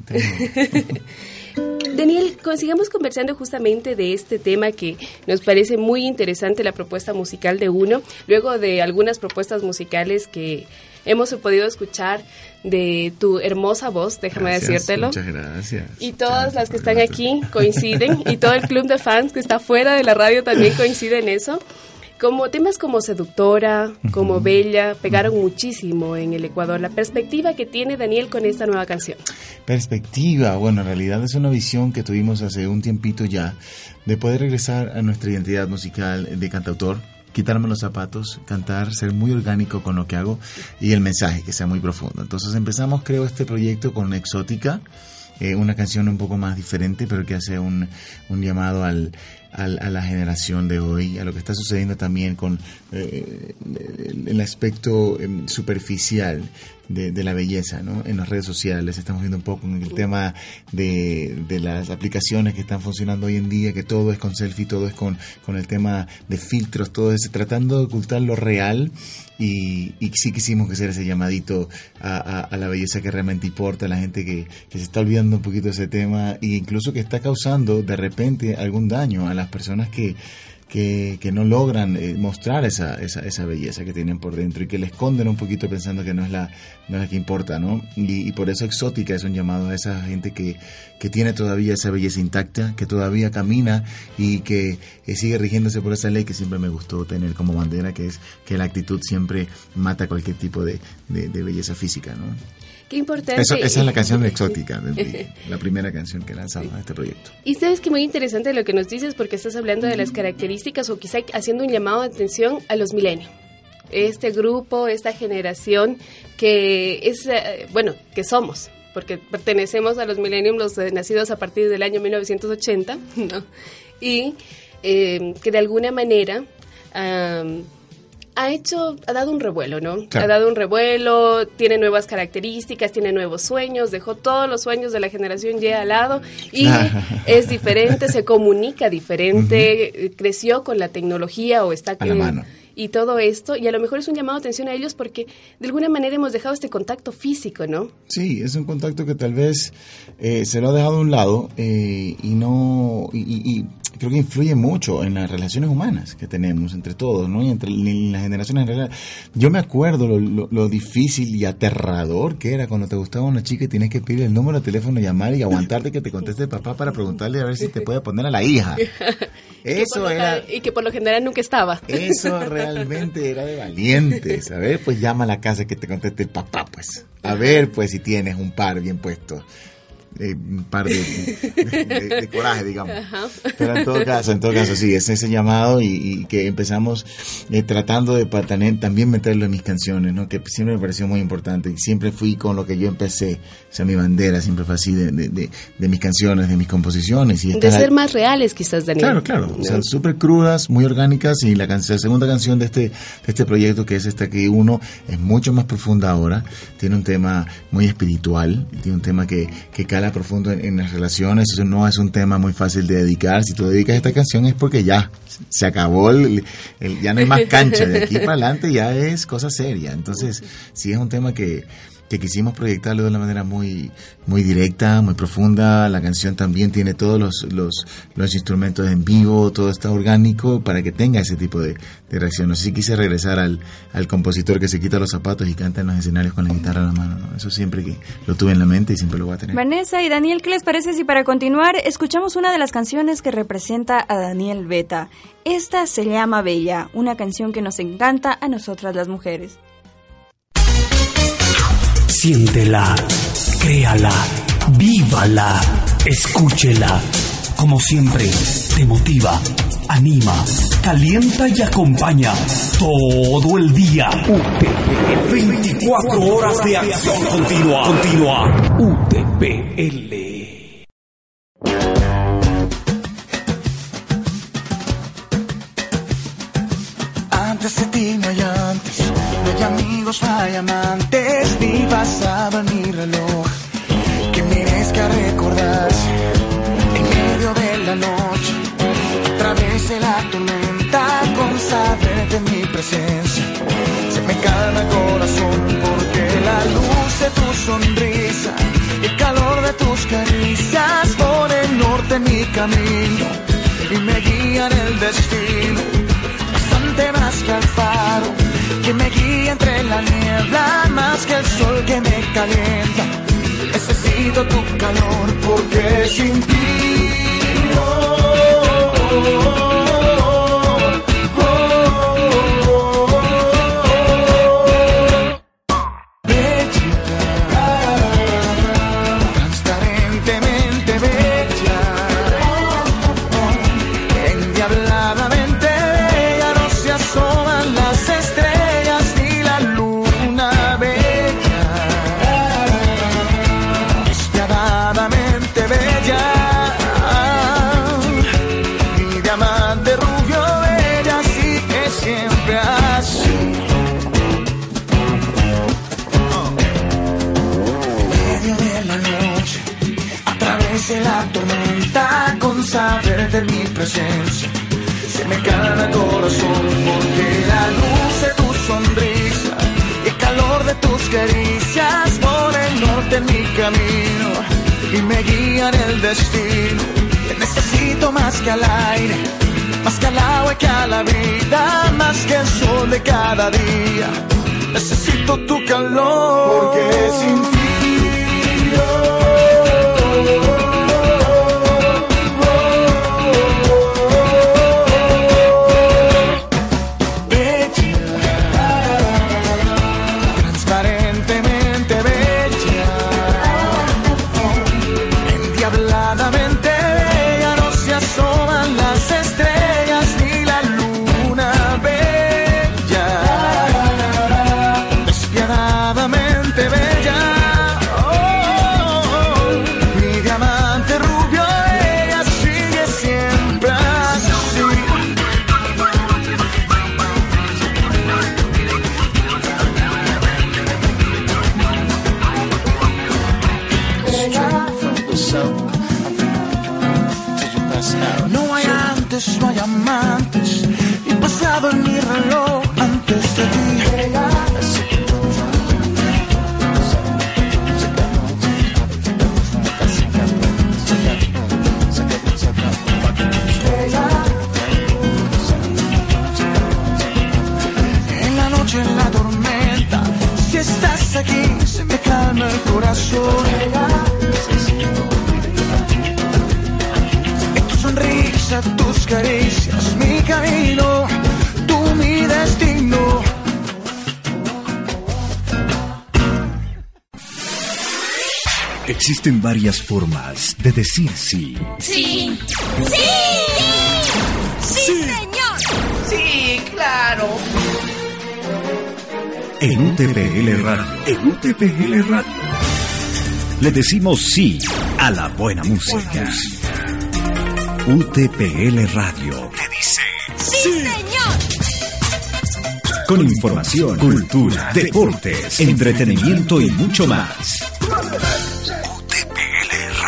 Daniel, sigamos conversando justamente de este tema que nos parece muy interesante, la propuesta musical de Uno, luego de algunas propuestas musicales que hemos podido escuchar de tu hermosa voz, déjame gracias, decírtelo. Muchas gracias. Y todas las que están aquí coinciden, y todo el club de fans que está fuera de la radio también coincide en eso. Como temas como Seductora, como uh-huh. Bella, pegaron uh-huh. muchísimo en el Ecuador. La perspectiva que tiene Daniel con esta nueva canción. Perspectiva, bueno, en realidad es una visión que tuvimos hace un tiempito ya, de poder regresar a nuestra identidad musical de cantautor, quitarme los zapatos, cantar, ser muy orgánico con lo que hago y el mensaje que sea muy profundo. Entonces empezamos, creo, este proyecto con Exótica, eh, una canción un poco más diferente, pero que hace un, un llamado al... a la generación de hoy, a lo que está sucediendo también con eh, el aspecto eh, superficial de, de la belleza, ¿no? En las redes sociales estamos viendo un poco en el tema de, de las aplicaciones que están funcionando hoy en día, que todo es con selfie, todo es con, con el tema de filtros, todo es tratando de ocultar lo real. Y, y sí quisimos hacer ese llamadito a, a, a la belleza que realmente importa, a la gente que, que se está olvidando un poquito de ese tema e incluso que está causando de repente algún daño a las personas que, que, que no logran eh, mostrar esa, esa, esa belleza que tienen por dentro y que la esconden un poquito pensando que no es la, no es la que importa, ¿no? Y, y por eso Exótica es un llamado a esa gente que, que tiene todavía esa belleza intacta, que todavía camina y que eh, sigue rigiéndose por esa ley que siempre me gustó tener como bandera, que es que la actitud siempre mata cualquier tipo de, de, de belleza física, ¿no? Qué importante. Eso, esa es la canción de Exótica, de, la primera canción que lanzamos en este proyecto. Y sabes que muy interesante lo que nos dices, porque estás hablando de las características o quizá haciendo un llamado de atención a los millennials. Este grupo, esta generación que es, eh, bueno, que somos, porque pertenecemos a los millennials, los eh, nacidos a partir del año mil novecientos ochenta, ¿no? Y eh, que de alguna manera... Um, ha hecho, ha dado un revuelo, ¿no? Claro. Ha dado un revuelo, tiene nuevas características, tiene nuevos sueños, dejó todos los sueños de la generación Y al lado y es diferente, se comunica diferente, uh-huh. creció con la tecnología o está... A la mano. Y todo esto, y a lo mejor es un llamado de atención a ellos porque de alguna manera hemos dejado este contacto físico, ¿no? Sí, es un contacto que tal vez eh, se lo ha dejado a un lado eh, y no... Y, y, y creo que influye mucho en las relaciones humanas que tenemos entre todos, ¿no? Y entre y las generaciones en realidad. Yo me acuerdo lo, lo, lo difícil y aterrador que era cuando te gustaba una chica y tienes que pedir el número de teléfono, llamar y aguantarte que te conteste el papá para preguntarle a ver si te puede poner a la hija. Eso era... Y que por lo general nunca estaba. Eso realmente era de valientes. A ver, pues llama a la casa que te conteste el papá, pues. A ver, pues, si tienes un par bien puesto. Eh, un par de, de, de, de coraje, digamos. Ajá. Pero en todo caso, en todo caso, sí, es ese llamado y, y que empezamos eh, tratando de tener, también meterlo en mis canciones, ¿no? Que siempre me pareció muy importante y siempre fui con lo que yo empecé, o sea, mi bandera siempre fue así de, de, de, de mis canciones, de mis composiciones. Y de ser más reales quizás, Daniel. Claro, claro, ¿no? O sea, súper crudas, muy orgánicas y la, can- la segunda canción de este, de este proyecto, que es esta que uno es mucho más profunda ahora, tiene un tema muy espiritual, tiene un tema que, que cala a profundo en, en las relaciones. Eso no es un tema muy fácil de dedicar. Si tú dedicas esta canción es porque ya se acabó, el, el, ya no hay más cancha. De aquí para adelante ya es cosa seria. Entonces, sí es un tema que, que quisimos proyectarlo de una manera muy muy directa, muy profunda. La canción también tiene todos los los, los instrumentos en vivo, todo está orgánico para que tenga ese tipo de, de reacción. No sé si quise regresar al, al compositor que se quita los zapatos y canta en los escenarios con la guitarra en la mano, ¿no? Eso siempre que lo tuve en la mente y siempre lo voy a tener. Vanessa y Daniel, ¿qué les parece si para continuar escuchamos una de las canciones que representa a Daniel Beta? Esta se llama Bella, una canción que nos encanta a nosotras las mujeres. Siéntela, créala, vívala, escúchela. Como siempre, te motiva, anima, calienta y acompaña todo el día. U T P L, veinticuatro horas de acción continua. Continua. U T P L. Antes de ti no hay antes, no hay amigos, no hay amantes, ni pasado en mi reloj que merezca recordarse en medio de la noche, a través de la tormenta, con saber de mi presencia. Se me calma el corazón porque la luz de tu sonrisa y el calor de tus caricias ponen norte en mi camino y me guían el destino. Más que el faro que me guía entre la niebla, más que el sol que me calienta. Necesito tu calor porque sin ti oh, oh, oh, oh, oh, oh. Bella, transparentemente bella, endiabladamente asoman las estrellas y la luna bella, despiadadamente bella, mi diamante rubio bella, sí que siempre así. En medio de la noche, a través de la tormenta, con saber de mi presencia, se me calma el corazón porque la luz de tu sonrisa y el calor de tus caricias ponen norte en mi camino y me guían el destino. Te necesito más que al aire, más que al agua y que a la vida, más que el sol de cada día. Necesito tu calor porque sin ti oh, no hay amantes y pasado en mi reloj antes de ti. En la noche, en la tormenta, si estás aquí, se me calma el corazón. Tus caricias, mi camino, tú mi destino. Existen varias formas de decir sí. Sí. Sí. Sí, sí señor. Sí, claro. En U T P L Radio, en U T P L Radio, le decimos sí a la buena música. U T P L Radio te dice ¡sí, sí, señor! Con información, cultura, deportes, entretenimiento y mucho más. U T P L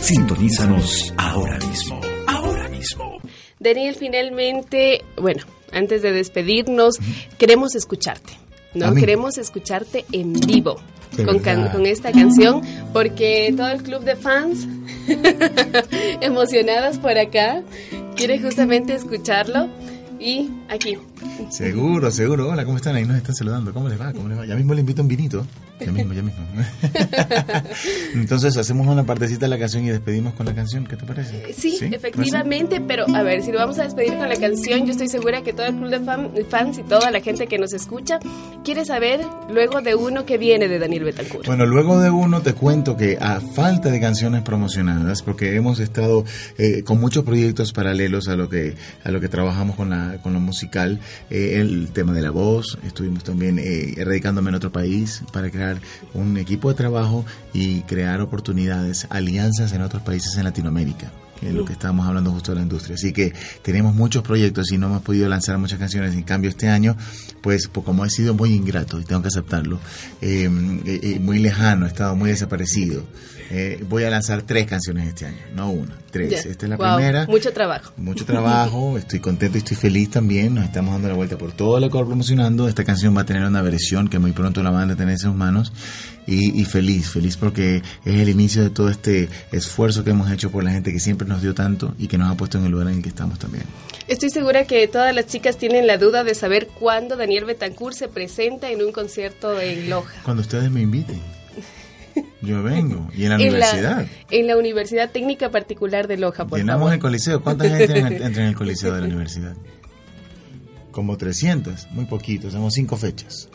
Sintonízanos ahora mismo. Ahora mismo. Daniel, finalmente, bueno, antes de despedirnos, uh-huh. queremos escucharte, ¿no? Queremos escucharte en vivo con, can- con esta canción, porque todo el club de fans emocionadas por acá quiere justamente escucharlo. Y aquí. Seguro, seguro. Hola, ¿cómo están? Ahí nos están saludando. ¿Cómo les va? ¿Cómo les va? Ya mismo le invito un vinito. Ya mismo, ya mismo. Entonces hacemos una partecita de la canción y despedimos con la canción. ¿Qué te parece? Sí, ¿Sí? efectivamente, pero a ver, si lo vamos a despedir con la canción, yo estoy segura que todo el club de fan, fans y toda la gente que nos escucha quiere saber luego de uno que viene de Daniel Betancourt. Bueno, luego de uno te cuento que a falta de canciones promocionadas, porque hemos estado eh, con muchos proyectos paralelos a lo que a lo que trabajamos con la con lo musical, eh, el tema de la voz, estuvimos también eh, radicándome en otro país para crear un equipo de trabajo y crear oportunidades, alianzas en otros países en Latinoamérica, que es lo que estábamos hablando justo de la industria. Así que tenemos muchos proyectos y no hemos podido lanzar muchas canciones. En cambio, este año, pues, pues como he sido muy ingrato, y tengo que aceptarlo, eh, eh, muy lejano, he estado muy desaparecido, eh, voy a lanzar tres canciones este año, no una, tres. Yeah. Esta es la wow. primera. Mucho trabajo. Mucho trabajo, estoy contento y estoy feliz también. Nos estamos dando la vuelta por todo el Ecuador promocionando. Esta canción va a tener una versión que muy pronto la van a tener en sus manos. Y, y feliz, feliz porque es el inicio de todo este esfuerzo que hemos hecho por la gente que siempre nos dio tanto y que nos ha puesto en el lugar en el que estamos también. Estoy segura que todas las chicas tienen la duda de saber cuándo Daniel Betancourt se presenta en un concierto en Loja. Cuando ustedes me inviten. Yo vengo. Y en la en universidad. La, en la Universidad Técnica Particular de Loja, por Llenamos favor. el Coliseo. ¿Cuánta gente entra en el Coliseo de la universidad? Como trescientas. Muy poquito. Somos cinco fechas.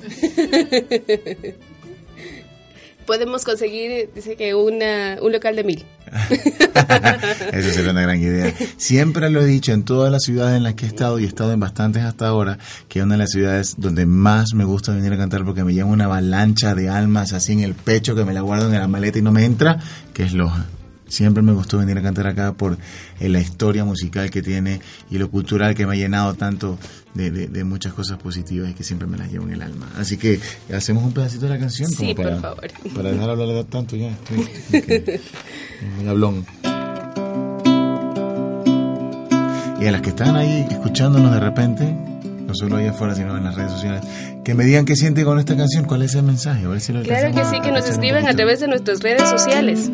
Podemos conseguir, dice que una un local de mil. Eso sería una gran idea. Siempre lo he dicho en todas las ciudades en las que he estado, y he estado en bastantes hasta ahora, que es una de las ciudades donde más me gusta venir a cantar porque me lleva una avalancha de almas así en el pecho que me la guardo en la maleta y no me entra, que es Loja. Siempre me gustó venir a cantar acá por eh, la historia musical que tiene y lo cultural que me ha llenado tanto de, de, de muchas cosas positivas y que siempre me las llevo en el alma. Así que hacemos un pedacito de la canción. Sí, como para, por favor. Para dejar hablar de tanto ya. Estoy, estoy muy hablón. Y a las que están ahí escuchándonos de repente, no solo ahí afuera, sino en las redes sociales, que me digan qué sienten con esta canción, cuál es el mensaje. A ver si lo claro que sí, que nos escriban a través de nuestras redes sociales.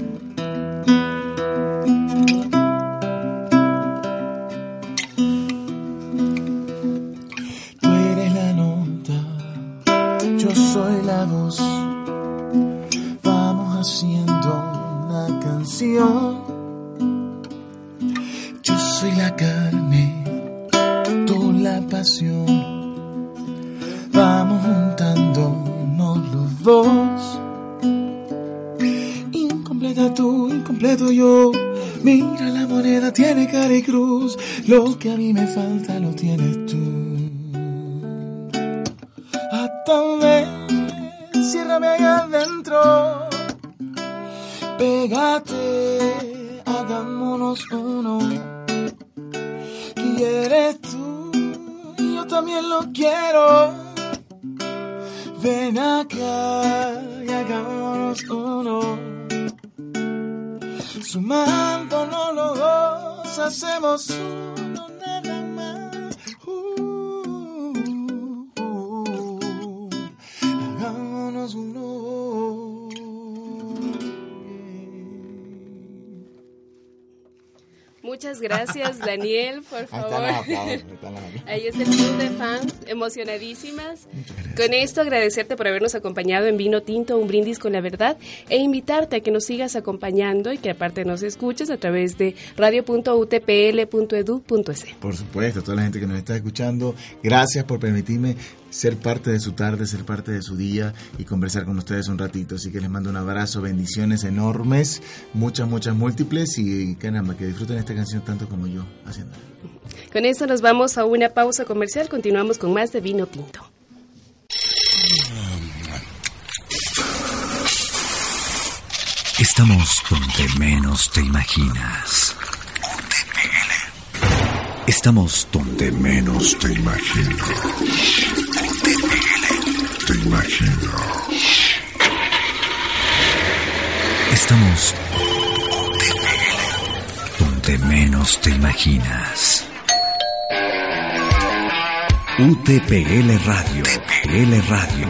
Yo soy la carne, tú la pasión. Vamos juntándonos los dos. Incompleta tú, incompleto yo. Mira, la moneda tiene cara y cruz. Lo que a mí me falta lo tienes tú. Hasta ver, ciérrame ahí adentro. Pégate, hagámonos uno. Quieres tú, y yo también lo quiero. Ven acá y hagámonos uno. Sumándonos los dos, hacemos uno nada más. Uh, uh, uh, hagámonos uno. Muchas gracias, Daniel, por favor. Ahí está el club de fans, emocionadísimas. Con esto, agradecerte por habernos acompañado en Vino Tinto, un brindis con la verdad, e invitarte a que nos sigas acompañando y que aparte nos escuches a través de radio punto u t p l punto e d u punto e s. Por supuesto, a toda la gente que nos está escuchando, gracias por permitirme ser parte de su tarde, ser parte de su día y conversar con ustedes un ratito. Así que les mando un abrazo, bendiciones enormes, muchas, muchas múltiples, y caramba, que disfruten esta canción tanto como yo haciéndola. Con esto nos vamos a una pausa comercial, continuamos con más de Vino Tinto. Estamos donde menos te imaginas. Estamos donde menos te imaginas. Te imagino. Estamos donde menos te imaginas. U T P L Radio. U T P L Radio.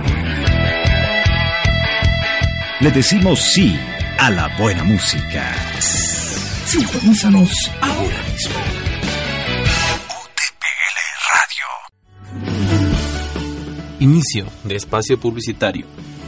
Le decimos sí a la buena música. Sintonízanos ahora mismo. U T P L Radio. Inicio de espacio publicitario.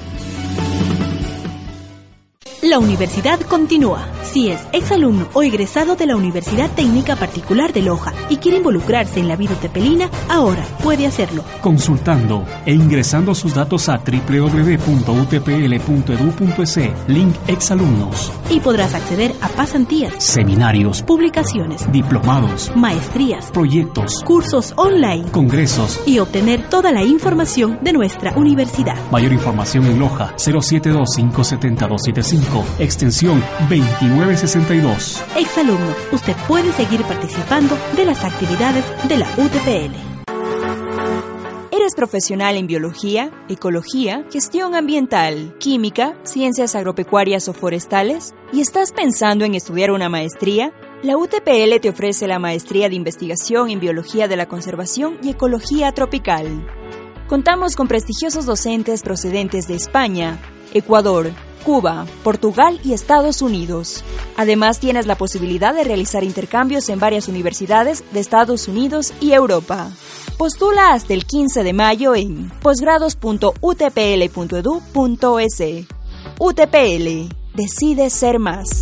La universidad continúa. Si es exalumno o egresado de la Universidad Técnica Particular de Loja y quiere involucrarse en la vida utepelina, ahora puede hacerlo. Consultando e ingresando sus datos a doble u doble u doble u punto u t p l punto e d u punto e s, link exalumnos. Y podrás acceder a pasantías, seminarios, publicaciones, diplomados, maestrías, proyectos, cursos online, congresos y obtener toda la información de nuestra universidad. Mayor información en Loja, cero siete dos cinco siete dos siete cinco, extensión veintinueve sesenta y dos. Exalumno, usted puede seguir participando de las actividades de la U T P L. ¿Eres profesional en biología, ecología, gestión ambiental, química, ciencias agropecuarias o forestales? ¿Y estás pensando en estudiar una maestría? La U T P L te ofrece la Maestría de Investigación en Biología de la Conservación y Ecología Tropical. Contamos con prestigiosos docentes procedentes de España, Ecuador, Cuba, Portugal y Estados Unidos. Además, tienes la posibilidad de realizar intercambios en varias universidades de Estados Unidos y Europa. Postula hasta el quince de mayo en posgrados punto u t p l punto e d u punto e s. U T P L. Decide ser más.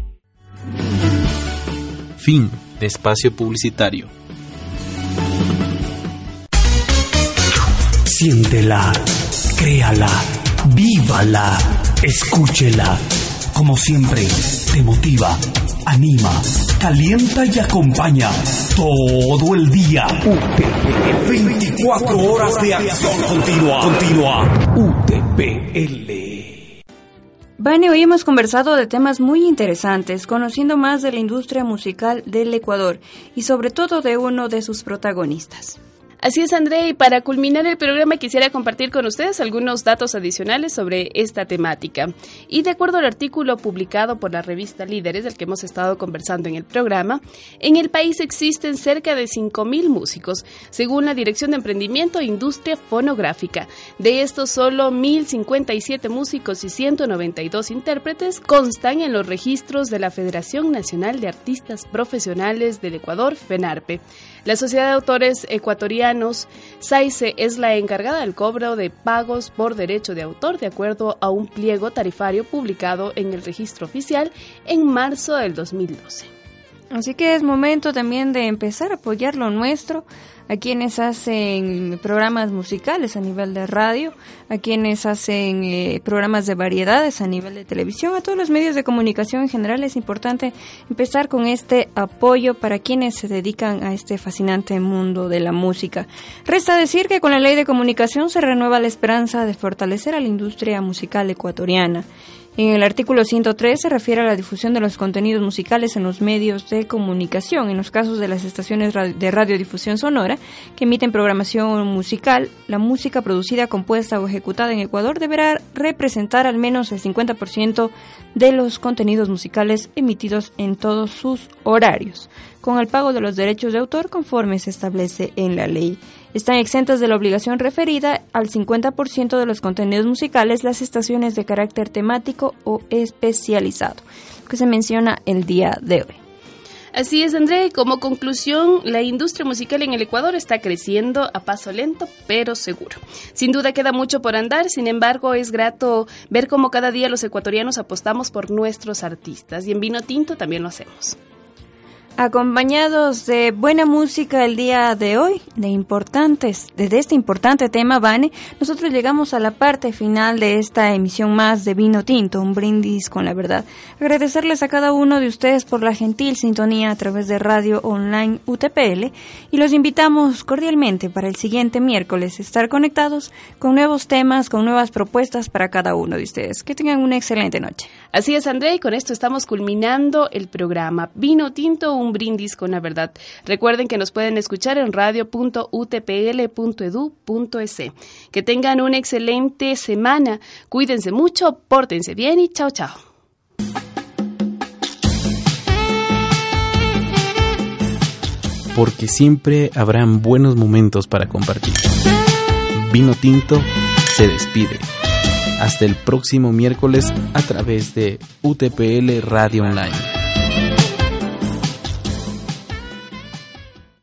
Fin de espacio publicitario. Siéntela, créala, vívala, escúchela. Como siempre, te motiva, anima, calienta y acompaña todo el día. U T P L, veinticuatro horas de acción continua. Continua. U T P L. Vane, hoy hemos conversado de temas muy interesantes, conociendo más de la industria musical del Ecuador y sobre todo de uno de sus protagonistas. Así es, André, y para culminar el programa quisiera compartir con ustedes algunos datos adicionales sobre esta temática. Y de acuerdo al artículo publicado por la revista Líderes, del que hemos estado conversando en el programa, en el país existen cerca de cinco mil músicos, según la Dirección de Emprendimiento e Industria Fonográfica. De estos, solo mil cincuenta y siete músicos y ciento noventa y dos intérpretes constan en los registros de la Federación Nacional de Artistas Profesionales del Ecuador, FENARPE. La Sociedad de Autores Ecuatorianos, SAICE, es la encargada del cobro de pagos por derecho de autor de acuerdo a un pliego tarifario publicado en el registro oficial en marzo del dos mil doce. Así que es momento también de empezar a apoyar lo nuestro, a quienes hacen programas musicales a nivel de radio, a quienes hacen eh, programas de variedades a nivel de televisión, a todos los medios de comunicación en general. Es importante empezar con este apoyo para quienes se dedican a este fascinante mundo de la música. Resta decir que con la Ley de Comunicación se renueva la esperanza de fortalecer a la industria musical ecuatoriana. En el artículo ciento tres se refiere a la difusión de los contenidos musicales en los medios de comunicación. En los casos de las estaciones de radiodifusión sonora que emiten programación musical, la música producida, compuesta o ejecutada en Ecuador deberá representar al menos el cincuenta por ciento de los contenidos musicales emitidos en todos sus horarios, con el pago de los derechos de autor conforme se establece en la ley. Están exentas de la obligación referida al cincuenta por ciento de los contenidos musicales las estaciones de carácter temático o especializado, que se menciona el día de hoy. Así es, André. Como conclusión, la industria musical en el Ecuador está creciendo a paso lento, pero seguro. Sin duda queda mucho por andar, sin embargo, es grato ver cómo cada día los ecuatorianos apostamos por nuestros artistas, y en Vino Tinto también lo hacemos. Acompañados de buena música el día de hoy, de importantes, de este importante tema, Vane, nosotros llegamos a la parte final de esta emisión más de Vino Tinto, un brindis con la verdad. Agradecerles a cada uno de ustedes por la gentil sintonía a través de Radio Online U T P L y los invitamos cordialmente para el siguiente miércoles estar conectados con nuevos temas, con nuevas propuestas para cada uno de ustedes. Que tengan una excelente noche. Así es, André, y con esto estamos culminando el programa Vino Tinto, un brindis con la verdad. Recuerden que nos pueden escuchar en radio punto u t p l punto e d u punto e s. Que tengan una excelente semana, cuídense mucho, pórtense bien y chao, chao. porque siempre habrán buenos momentos para compartir. Vino Tinto se despide. Hasta el próximo miércoles a través de U T P L Radio Online.